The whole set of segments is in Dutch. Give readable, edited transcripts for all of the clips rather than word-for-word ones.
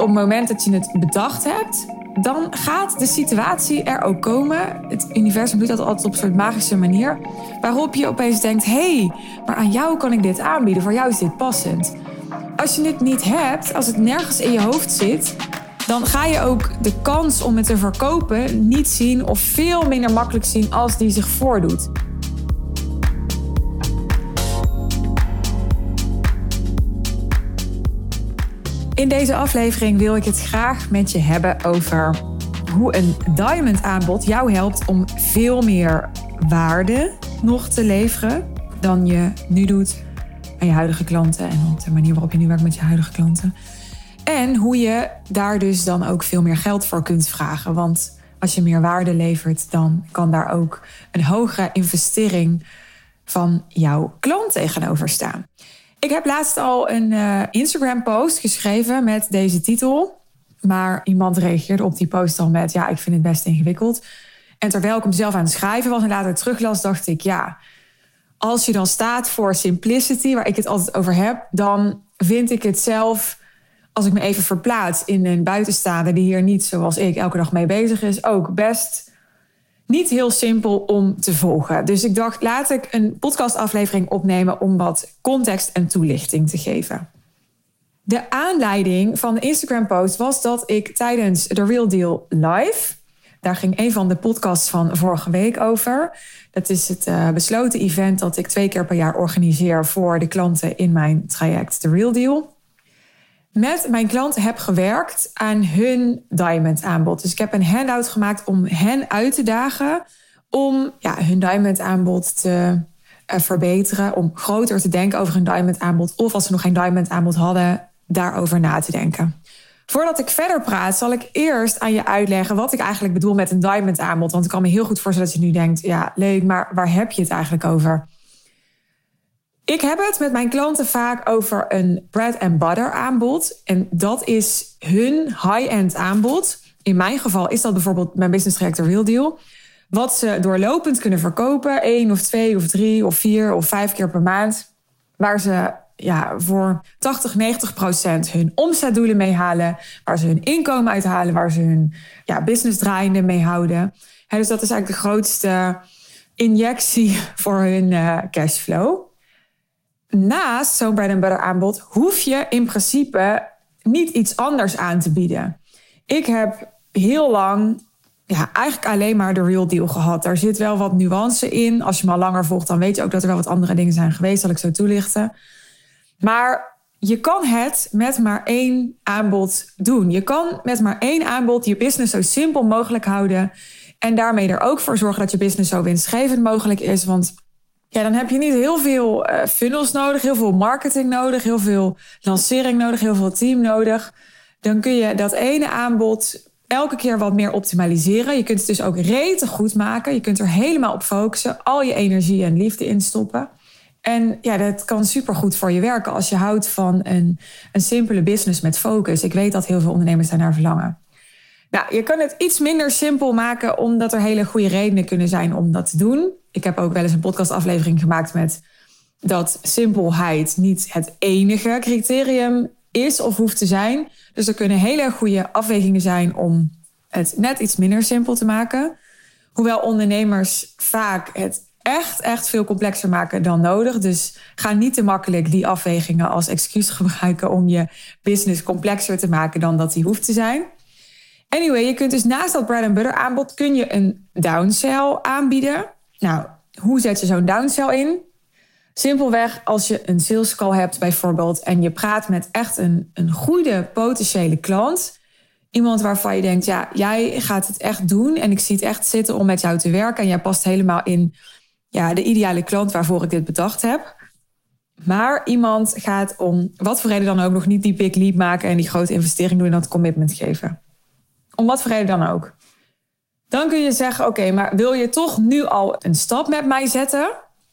het moment dat je het bedacht hebt, dan gaat de situatie er ook komen. Het universum doet dat altijd op een soort magische manier, waarop je opeens denkt, hé, maar aan jou kan ik dit aanbieden, voor jou is dit passend. Als je het niet hebt, als het nergens in je hoofd zit, dan ga je ook de kans om het te verkopen niet zien of veel minder makkelijk zien als die zich voordoet. In deze aflevering wil ik het graag met je hebben over hoe een diamond aanbod jou helpt om veel meer waarde nog te leveren dan je nu doet aan je huidige klanten en op de manier waarop je nu werkt met je huidige klanten. En hoe je daar dus dan ook veel meer geld voor kunt vragen. Want als je meer waarde levert, dan kan daar ook een hogere investering van jouw klant tegenover staan. Ik heb laatst al een Instagram-post geschreven met deze titel. Maar iemand reageerde op die post al met, ja, ik vind het best ingewikkeld. En terwijl ik hem zelf aan het schrijven was en later teruglas, dacht ik, ja, als je dan staat voor simplicity, waar ik het altijd over heb, dan vind ik het zelf, als ik me even verplaats in een buitenstaander die hier niet zoals ik elke dag mee bezig is, ook best niet heel simpel om te volgen. Dus ik dacht, laat ik een podcastaflevering opnemen om wat context en toelichting te geven. De aanleiding van de Instagram-post was dat ik tijdens The Real Deal Live, daar ging een van de podcasts van vorige week over. Dat is het besloten event dat ik 2 keer per jaar organiseer voor de klanten in mijn traject The Real Deal. Met mijn klanten heb gewerkt aan hun diamond aanbod. Dus ik heb een handout gemaakt om hen uit te dagen om hun diamond aanbod te verbeteren. Om groter te denken over hun diamond aanbod. Of als ze nog geen diamond aanbod hadden, daarover na te denken. Voordat ik verder praat, zal ik eerst aan je uitleggen wat ik eigenlijk bedoel met een diamond aanbod. Want ik kan me heel goed voorstellen dat je nu denkt, ja, leuk, maar waar heb je het eigenlijk over? Ik heb het met mijn klanten vaak over een bread and butter aanbod. En dat is hun high-end aanbod. In mijn geval is dat bijvoorbeeld mijn business traject The Real Deal. Wat ze doorlopend kunnen verkopen. 1 of 2 of 3 of 4 of 5 keer per maand. Waar ze voor 80-90% hun omzetdoelen mee halen. Waar ze hun inkomen uithalen. Waar ze hun business draaiende mee houden. Dus dat is eigenlijk de grootste injectie voor hun cashflow. Naast zo'n bread and butter aanbod hoef je in principe niet iets anders aan te bieden. Ik heb heel lang eigenlijk alleen maar The Real Deal gehad. Daar zit wel wat nuance in. Als je me al langer volgt, dan weet je ook dat er wel wat andere dingen zijn geweest. Zal ik zo toelichten. Maar je kan het met maar 1 aanbod doen. Je kan met maar 1 aanbod je business zo simpel mogelijk houden. En daarmee er ook voor zorgen dat je business zo winstgevend mogelijk is. Want dan heb je niet heel veel funnels nodig, heel veel marketing nodig, heel veel lancering nodig, heel veel team nodig. Dan kun je dat ene aanbod elke keer wat meer optimaliseren. Je kunt het dus ook rete goed maken. Je kunt er helemaal op focussen, al je energie en liefde in stoppen. En dat kan supergoed voor je werken als je houdt van een simpele business met focus. Ik weet dat heel veel ondernemers daarnaar verlangen. Je kan het iets minder simpel maken, omdat er hele goede redenen kunnen zijn om dat te doen. Ik heb ook wel eens een podcastaflevering gemaakt met dat simpelheid niet het enige criterium is of hoeft te zijn. Dus er kunnen hele goede afwegingen zijn om het net iets minder simpel te maken. Hoewel ondernemers vaak het echt veel complexer maken dan nodig. Dus ga niet te makkelijk die afwegingen als excuus gebruiken om je business complexer te maken dan dat die hoeft te zijn. Anyway, je kunt dus naast dat bread and butter aanbod kun je een downsell aanbieden. Nou, hoe zet je zo'n downsell in? Simpelweg als je een sales call hebt bijvoorbeeld en je praat met echt een goede potentiële klant. Iemand waarvan je denkt, jij gaat het echt doen en ik zie het echt zitten om met jou te werken. En jij past helemaal in de ideale klant waarvoor ik dit bedacht heb. Maar iemand gaat om wat voor reden dan ook nog niet die big leap maken en die grote investering doen en dat commitment geven. Om wat voor reden dan ook. Dan kun je zeggen, oké, maar wil je toch nu al een stap met mij zetten?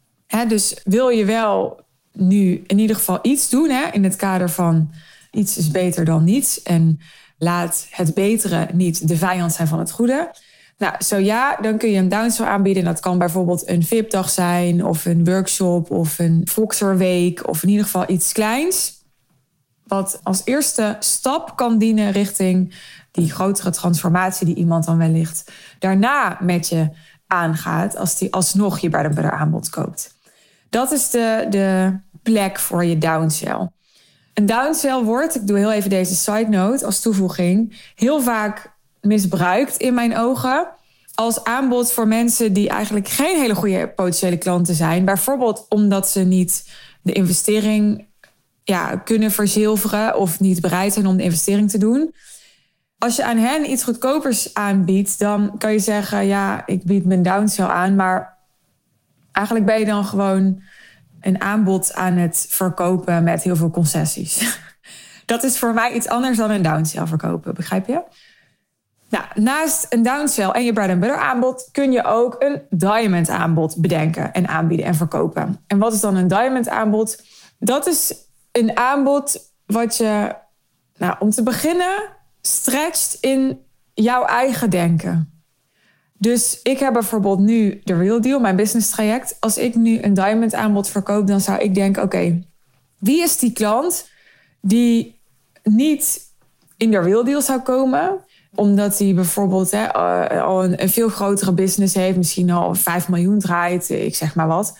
Dus wil je wel nu in ieder geval iets doen in het kader van iets is beter dan niets. En laat het betere niet de vijand zijn van het goede. Nou, dan kun je een downsell aanbieden. Dat kan bijvoorbeeld een VIP-dag zijn of een workshop of een Voxerweek of in ieder geval iets kleins. wat als eerste stap kan dienen richting die grotere transformatie die iemand dan wellicht daarna met je aangaat als die alsnog je bread and butter aanbod koopt. Dat is de plek voor je downsell. Een downsell wordt, ik doe heel even deze side note als toevoeging, heel vaak misbruikt in mijn ogen als aanbod voor mensen die eigenlijk geen hele goede potentiële klanten zijn. Bijvoorbeeld omdat ze niet de investering kunnen verzilveren of niet bereid zijn om de investering te doen. Als je aan hen iets goedkopers aanbiedt, dan kan je zeggen, ja, ik bied mijn downsell aan, maar eigenlijk ben je dan gewoon een aanbod aan het verkopen met heel veel concessies. Dat is voor mij iets anders dan een downsell verkopen, begrijp je? Nou, naast een downsell en je bread and butter aanbod kun je ook een diamond aanbod bedenken en aanbieden en verkopen. En wat is dan een diamond aanbod? Dat is een aanbod wat je, om te beginnen, stretcht in jouw eigen denken. Dus ik heb bijvoorbeeld nu de Real Deal, mijn business traject. Als ik nu een diamond aanbod verkoop, dan zou ik denken, oké, wie is die klant die niet in de Real Deal zou komen, omdat hij bijvoorbeeld al een veel grotere business heeft, misschien al 5 miljoen draait, ik zeg maar wat.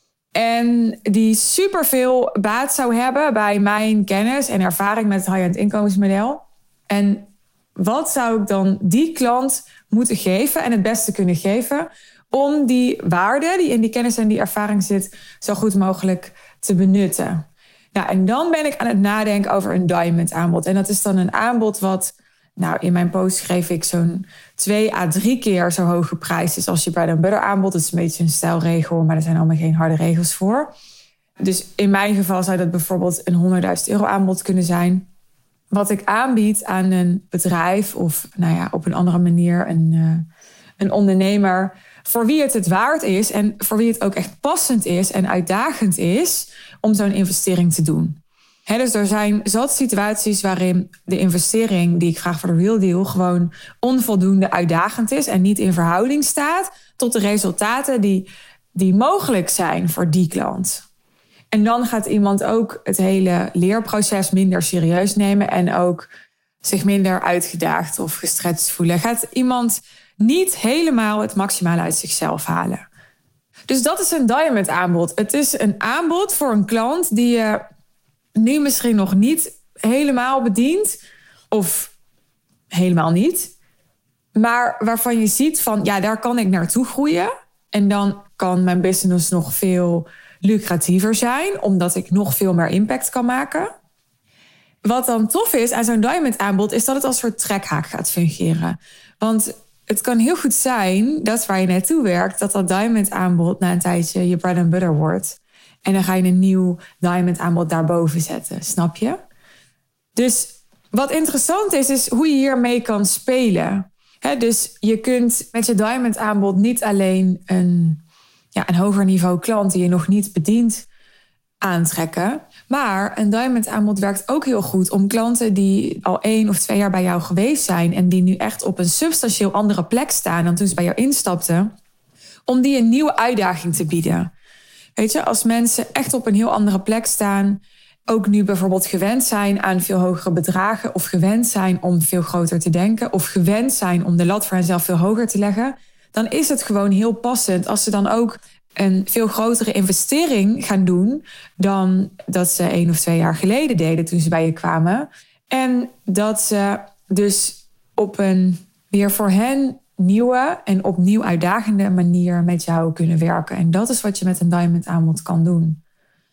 En die superveel baat zou hebben bij mijn kennis en ervaring met het high-end inkomensmodel. En wat zou ik dan die klant moeten geven en het beste kunnen geven om die waarde die in die kennis en die ervaring zit zo goed mogelijk te benutten? Nou, en dan ben ik aan het nadenken over een diamond aanbod. En dat is dan een aanbod wat, in mijn post schreef ik zo'n 2 à 3 keer zo hoog geprijsd is als je bread and butter aanbod. Dat is een beetje een stijlregel, maar er zijn allemaal geen harde regels voor. Dus in mijn geval zou dat bijvoorbeeld een €100.000 aanbod kunnen zijn. Wat ik aanbied aan een bedrijf of op een andere manier een ondernemer, voor wie het waard is en voor wie het ook echt passend is en uitdagend is om zo'n investering te doen. Dus er zijn zat situaties waarin de investering die ik vraag voor de Real Deal gewoon onvoldoende uitdagend is en niet in verhouding staat tot de resultaten die mogelijk zijn voor die klant. En dan gaat iemand ook het hele leerproces minder serieus nemen en ook zich minder uitgedaagd of gestretched voelen. Gaat iemand niet helemaal het maximale uit zichzelf halen. Dus dat is een diamond aanbod. Het is een aanbod voor een klant die je nu misschien nog niet helemaal bedient of helemaal niet. Maar waarvan je ziet van, daar kan ik naartoe groeien. En dan kan mijn business nog veel lucratiever zijn, omdat ik nog veel meer impact kan maken. Wat dan tof is aan zo'n diamond aanbod, is dat het als soort trekhaak gaat fungeren. Want het kan heel goed zijn, dat is waar je naartoe werkt, dat diamond aanbod na een tijdje je bread and butter wordt. En dan ga je een nieuw diamond aanbod daarboven zetten, snap je? Dus wat interessant is hoe je hiermee kan spelen. Dus je kunt met je diamond aanbod niet alleen een hoger niveau klant die je nog niet bedient aantrekken. Maar een diamond aanbod werkt ook heel goed om klanten die al 1 of 2 jaar bij jou geweest zijn en die nu echt op een substantieel andere plek staan dan toen ze bij jou instapten, om die een nieuwe uitdaging te bieden. Weet je, als mensen echt op een heel andere plek staan, ook nu bijvoorbeeld gewend zijn aan veel hogere bedragen of gewend zijn om veel groter te denken of gewend zijn om de lat voor henzelf veel hoger te leggen, dan is het gewoon heel passend als ze dan ook een veel grotere investering gaan doen dan dat ze 1 of 2 jaar geleden deden toen ze bij je kwamen. En dat ze dus op een weer voor hen nieuwe en opnieuw uitdagende manier met jou kunnen werken. En dat is wat je met een diamond aanbod kan doen.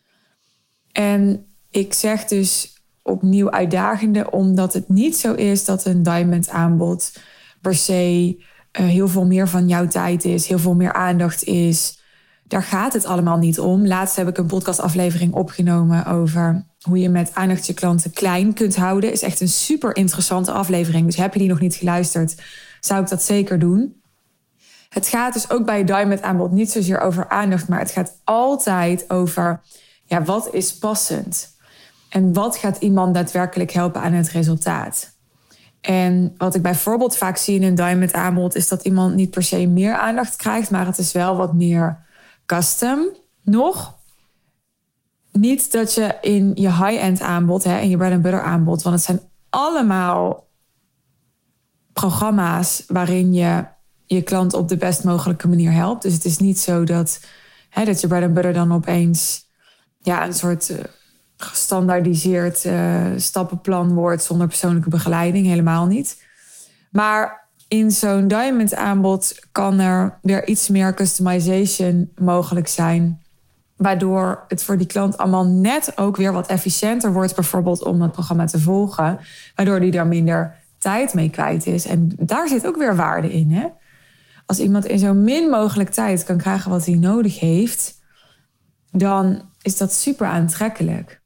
En ik zeg dus opnieuw uitdagende, omdat het niet zo is dat een diamond aanbod per se heel veel meer van jouw tijd is, heel veel meer aandacht is. Daar gaat het allemaal niet om. Laatst heb ik een podcastaflevering opgenomen over hoe je met aandacht je klanten klein kunt houden. Is echt een super interessante aflevering. Dus heb je die nog niet geluisterd, zou ik dat zeker doen. Het gaat dus ook bij je diamond aanbod niet zozeer over aandacht, maar het gaat altijd over wat is passend? En wat gaat iemand daadwerkelijk helpen aan het resultaat? En wat ik bijvoorbeeld vaak zie in een diamond aanbod is dat iemand niet per se meer aandacht krijgt, maar het is wel wat meer custom nog. niet dat je in je high-end aanbod, in je bread and butter aanbod, want het zijn allemaal programma's waarin je je klant op de best mogelijke manier helpt. Dus het is niet zo dat je bread and butter dan opeens een soort gestandaardiseerd stappenplan wordt zonder persoonlijke begeleiding. Helemaal niet. Maar in zo'n diamond aanbod kan er weer iets meer customization mogelijk zijn, waardoor het voor die klant allemaal net ook weer wat efficiënter wordt, bijvoorbeeld om het programma te volgen, waardoor die daar minder tijd mee kwijt is. En daar zit ook weer waarde in. Hè? Als iemand in zo min mogelijk tijd kan krijgen wat hij nodig heeft, dan is dat super aantrekkelijk.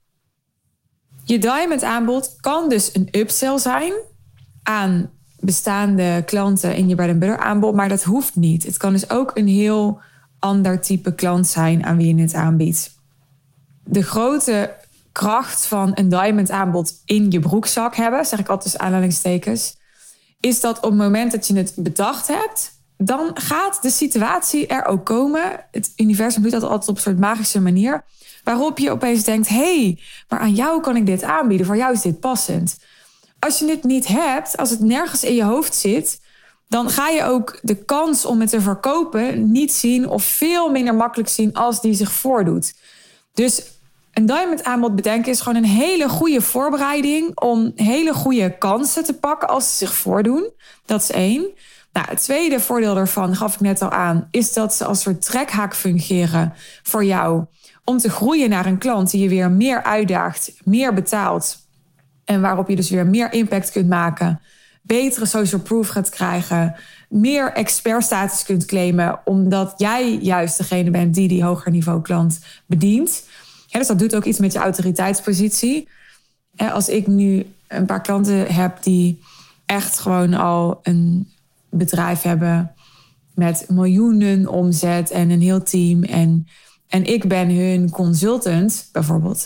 Je diamond aanbod kan dus een upsell zijn aan bestaande klanten in je bread and butter aanbod, maar dat hoeft niet. Het kan dus ook een heel ander type klant zijn aan wie je het aanbiedt. De grote kracht van een diamond aanbod in je broekzak hebben, zeg ik altijd tussen aanhalingstekens, is dat op het moment dat je het bedacht hebt, dan gaat de situatie er ook komen. Het universum doet dat altijd op een soort magische manier, waarop je opeens denkt, maar aan jou kan ik dit aanbieden, voor jou is dit passend. Als je het niet hebt, als het nergens in je hoofd zit, dan ga je ook de kans om het te verkopen niet zien of veel minder makkelijk zien als die zich voordoet. Dus een diamond aanbod bedenken is gewoon een hele goede voorbereiding om hele goede kansen te pakken als ze zich voordoen. Dat is 1. Nou, het tweede voordeel daarvan, gaf ik net al aan, is dat ze als soort trekhaak fungeren voor jou om te groeien naar een klant die je weer meer uitdaagt, meer betaalt en waarop je dus weer meer impact kunt maken, betere social proof gaat krijgen, meer expertstatus kunt claimen, omdat jij juist degene bent die hoger niveau klant bedient. Ja, dus dat doet ook iets met je autoriteitspositie. Als ik nu een paar klanten heb die echt gewoon al een bedrijf hebben met miljoenen omzet en een heel team en ik ben hun consultant bijvoorbeeld,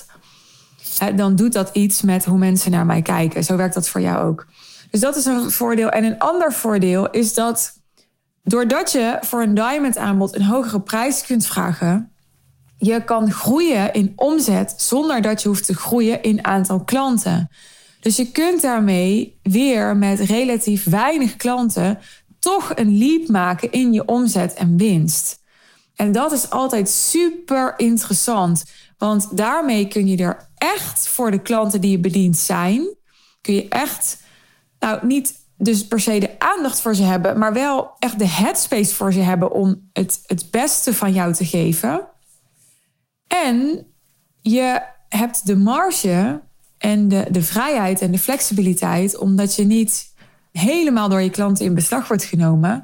dan doet dat iets met hoe mensen naar mij kijken. Zo werkt dat voor jou ook. Dus dat is een voordeel. En een ander voordeel is dat doordat je voor een diamond aanbod een hogere prijs kunt vragen, je kan groeien in omzet zonder dat je hoeft te groeien in aantal klanten. Dus je kunt daarmee weer met relatief weinig klanten toch een leap maken in je omzet en winst. En dat is altijd super interessant. Want daarmee kun je er echt voor de klanten die je bedient zijn, kun je echt, niet dus per se de aandacht voor ze hebben, maar wel echt de headspace voor ze hebben om het beste van jou te geven. En je hebt de marge en de vrijheid en de flexibiliteit, omdat je niet helemaal door je klanten in beslag wordt genomen,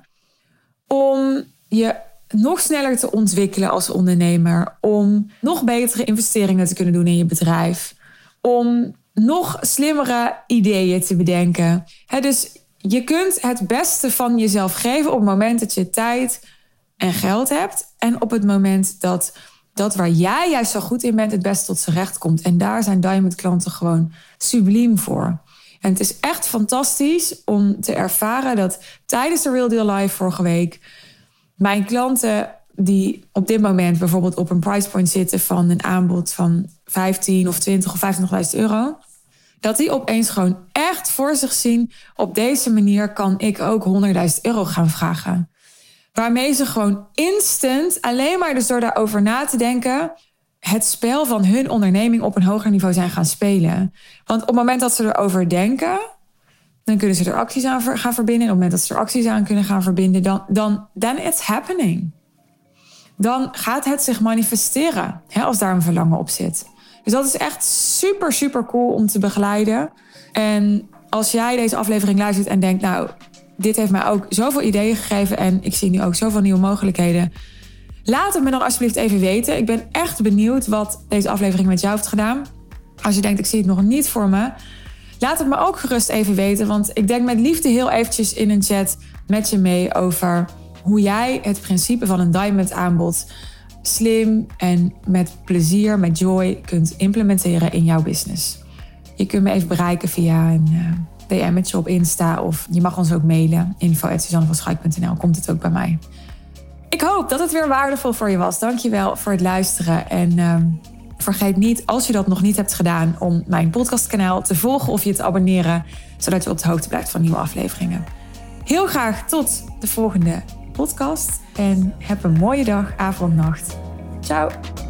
om je nog sneller te ontwikkelen als ondernemer, om nog betere investeringen te kunnen doen in je bedrijf, om nog slimmere ideeën te bedenken. Dus je kunt het beste van jezelf geven op het moment dat je tijd en geld hebt en op het moment dat waar jij juist zo goed in bent het best tot z'n recht komt. En daar zijn diamond klanten gewoon subliem voor. En het is echt fantastisch om te ervaren dat tijdens de Real Deal Live vorige week mijn klanten die op dit moment bijvoorbeeld op een price point zitten van een aanbod van 15 of 20 of 25.000 euro, dat die opeens gewoon echt voor zich zien, op deze manier kan ik ook 100.000 euro gaan vragen. Waarmee ze gewoon instant, alleen maar dus door daarover na te denken, het spel van hun onderneming op een hoger niveau zijn gaan spelen. Want op het moment dat ze erover denken, dan kunnen ze er acties aan gaan verbinden. En op het moment dat ze er acties aan kunnen gaan verbinden, then it's happening. Dan gaat het zich manifesteren, als daar een verlangen op zit. Dus dat is echt super, super cool om te begeleiden. En als jij deze aflevering luistert en denkt, dit heeft mij ook zoveel ideeën gegeven en ik zie nu ook zoveel nieuwe mogelijkheden, laat het me dan alsjeblieft even weten. Ik ben echt benieuwd wat deze aflevering met jou heeft gedaan. Als je denkt, ik zie het nog niet voor me, laat het me ook gerust even weten. Want ik denk met liefde heel eventjes in een chat met je mee over hoe jij het principe van een diamond aanbod slim en met plezier, met joy kunt implementeren in jouw business. Je kunt me even bereiken via een DM'tje op Insta of je mag ons ook mailen. info@suzannevanschaik.nl, komt het ook bij mij. Ik hoop dat het weer waardevol voor je was. Dankjewel voor het luisteren en Vergeet niet, als je dat nog niet hebt gedaan, om mijn podcastkanaal te volgen of je te abonneren, zodat je op de hoogte blijft van nieuwe afleveringen. Heel graag tot de volgende podcast en heb een mooie dag, avond, nacht. Ciao!